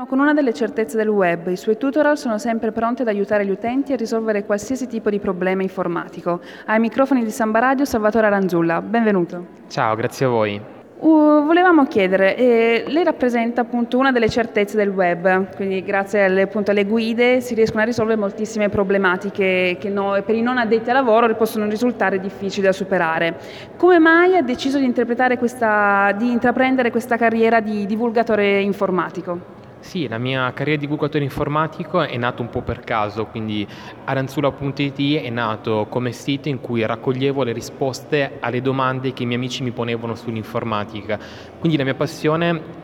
Con una delle certezze del web, i suoi tutorial sono sempre pronti ad aiutare gli utenti a risolvere qualsiasi tipo di problema informatico. Ai microfoni di Samba Radio, Salvatore Aranzulla, benvenuto. Ciao, grazie a voi. Volevamo chiedere, lei rappresenta appunto una delle certezze del web, quindi grazie appunto alle guide si riescono a risolvere moltissime problematiche che per i non addetti al lavoro possono risultare difficili da superare. Come mai ha deciso di intraprendere questa carriera di divulgatore informatico? Sì, la mia carriera di divulgatore informatico è nata un po' per caso, quindi aranzula.it è nato come sito in cui raccoglievo le risposte alle domande che i miei amici mi ponevano sull'informatica. Quindi la mia passione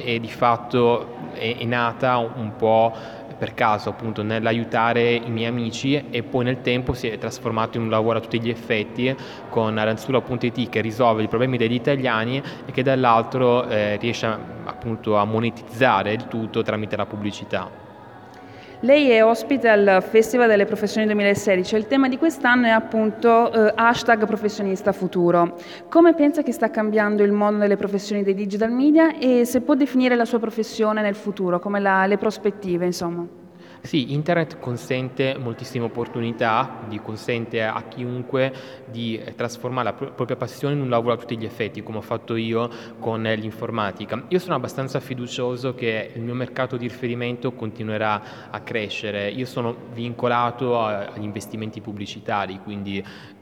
è nata un po' per caso, appunto, nell'aiutare i miei amici, e poi nel tempo si è trasformato in un lavoro a tutti gli effetti con aranzula.it, che risolve i problemi degli italiani e che dall'altro riesce appunto a monetizzare il tutto tramite la pubblicità. Lei è ospite al Festival delle Professioni 2016 e il tema di quest'anno è appunto #professionista futuro. Come pensa che sta cambiando il mondo delle professioni dei digital media e se può definire la sua professione nel futuro, come le prospettive, insomma? Sì, internet consente moltissime opportunità, quindi consente a chiunque di trasformare la propria passione in un lavoro a tutti gli effetti, come ho fatto io con l'informatica. Io sono abbastanza fiducioso che il mio mercato di riferimento continuerà a crescere. Io sono vincolato agli investimenti pubblicitari, quindi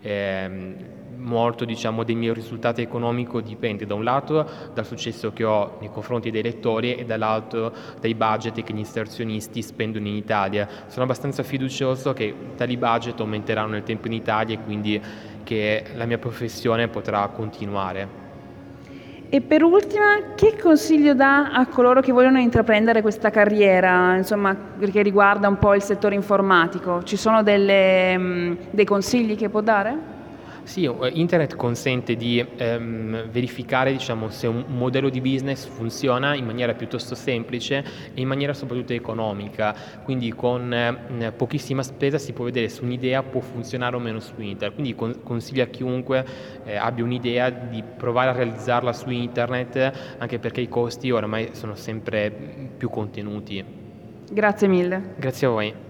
molto, dei miei risultati economici dipende da un lato dal successo che ho nei confronti dei lettori e dall'altro dai budget che gli inserzionisti spendono in Italia. Sono abbastanza fiducioso che tali budget aumenteranno nel tempo in Italia e quindi che la mia professione potrà continuare. E per ultima, che consiglio dà a coloro che vogliono intraprendere questa carriera, insomma, che riguarda un po' il settore informatico? Ci sono dei consigli che può dare? Sì, internet consente di verificare, se un modello di business funziona in maniera piuttosto semplice e in maniera soprattutto economica, quindi con pochissima spesa si può vedere se un'idea può funzionare o meno su internet, quindi consiglio a chiunque abbia un'idea di provare a realizzarla su internet, anche perché i costi oramai sono sempre più contenuti. Grazie mille. Grazie a voi.